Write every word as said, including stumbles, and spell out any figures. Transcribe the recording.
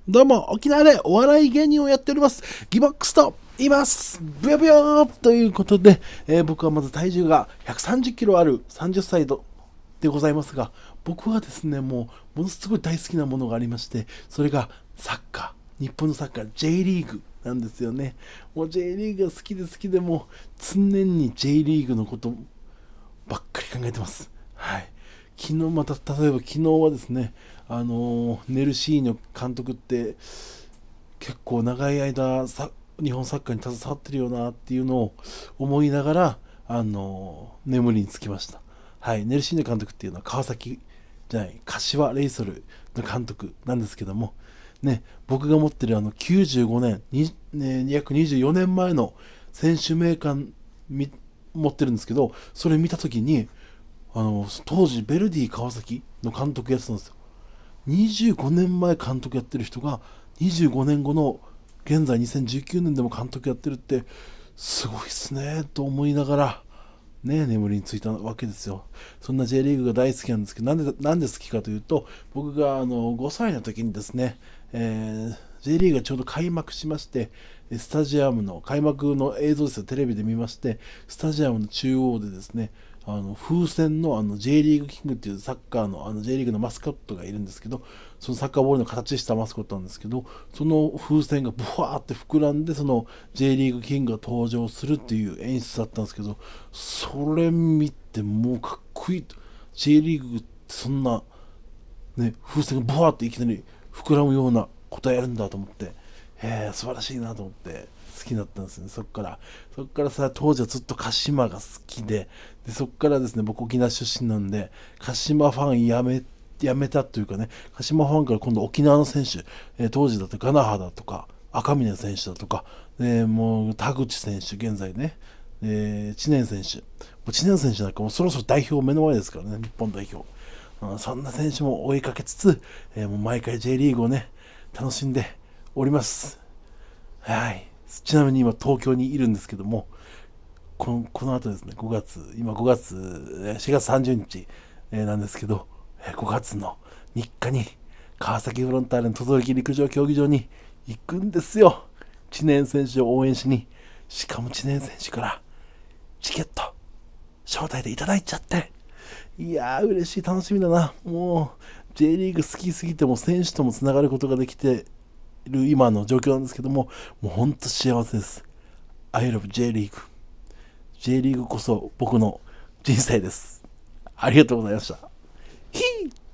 どうも、沖縄でお笑い芸人をやっております、ギボックスと言います。ブヨブヨーということで、えー僕はまず体重がひゃくさんじゅっキロあるさんじゅっさいでございますが、僕はですね、もう、ものすごい大好きなものがありまして、それがサッカー。日本のサッカー、J リーグなんですよね。もう J リーグが好きで好きで、もう常に J リーグのことばっかり考えてます。はい。昨日また、例えば昨日はですね、あのーネルシーニョ監督って結構長い間さ日本サッカーに携わってるよなっていうのを思いながら、あのー眠りにつきました。はい。ネルシーニョ監督っていうのは川崎じゃない、柏レイソルの監督なんですけども、ね、僕が持ってるあのきゅうじゅうごねん、にね、約にじゅうよねんまえの選手名鑑み持ってるんですけど、それ見たときに、あの当時ベルディ川崎の監督やってたんですよ。にじゅうごねんまえ監督やってる人がにじゅうごねんごの現在にせんじゅうきゅうねんでも監督やってるってすごいっすねと思いながらね、眠りについたわけですよ。そんな J リーグが大好きなんですけど、なんでなんで好きかというと、僕があのごさいの時にですね、えー J リーグがちょうど開幕しまして、スタジアムの開幕の映像ですよ、テレビで見まして、スタジアムの中央でですね、あの風船のあの J リーグキングっていうサッカーのあの J リーグのマスコットがいるんですけど、そのサッカーボールの形したマスコットなんですけど、その風船がブワーって膨らんで、その J リーグキングが登場するっていう演出だったんですけど、それ見てもうかっこいいと。 J リーグってそんなね、風船がブワーっていきなり膨らむようなことやるんだと思って、へえ素晴らしいなと思って好きになったんですよね。そっからそっからさ、当時はずっと鹿島が好きで、でそっからですね、僕沖縄出身なんで鹿島ファンやめやめたというかね、鹿島ファンから今度沖縄の選手、えー当時だとガナハだとか赤嶺選手だとか、えもう田口選手現在ね、えー、知念選手、もう知念選手なんかもうそろそろ代表目の前ですからね、日本代表。うん、そんな選手も追いかけつつ、えーもう毎回 J リーグをね、楽しんでおります。はい。ちなみに今東京にいるんですけども、この、この後ですね、ごがつ、今ごがつ、えーしがつさんじゅうにち、えーなんですけど、えーごがつのみっかに川崎フロンターレの等々力陸上競技場に行くんですよ。知念選手を応援しに。しかも知念選手からチケット招待でいただいちゃって、いやー嬉しい、楽しみだな。もう J リーグ好きすぎても選手ともつながることができている今の状況なんですけども、もうほんと幸せです。 I love J リーグ。 J リーグこそ僕の人生です。ありがとうございました。ヒー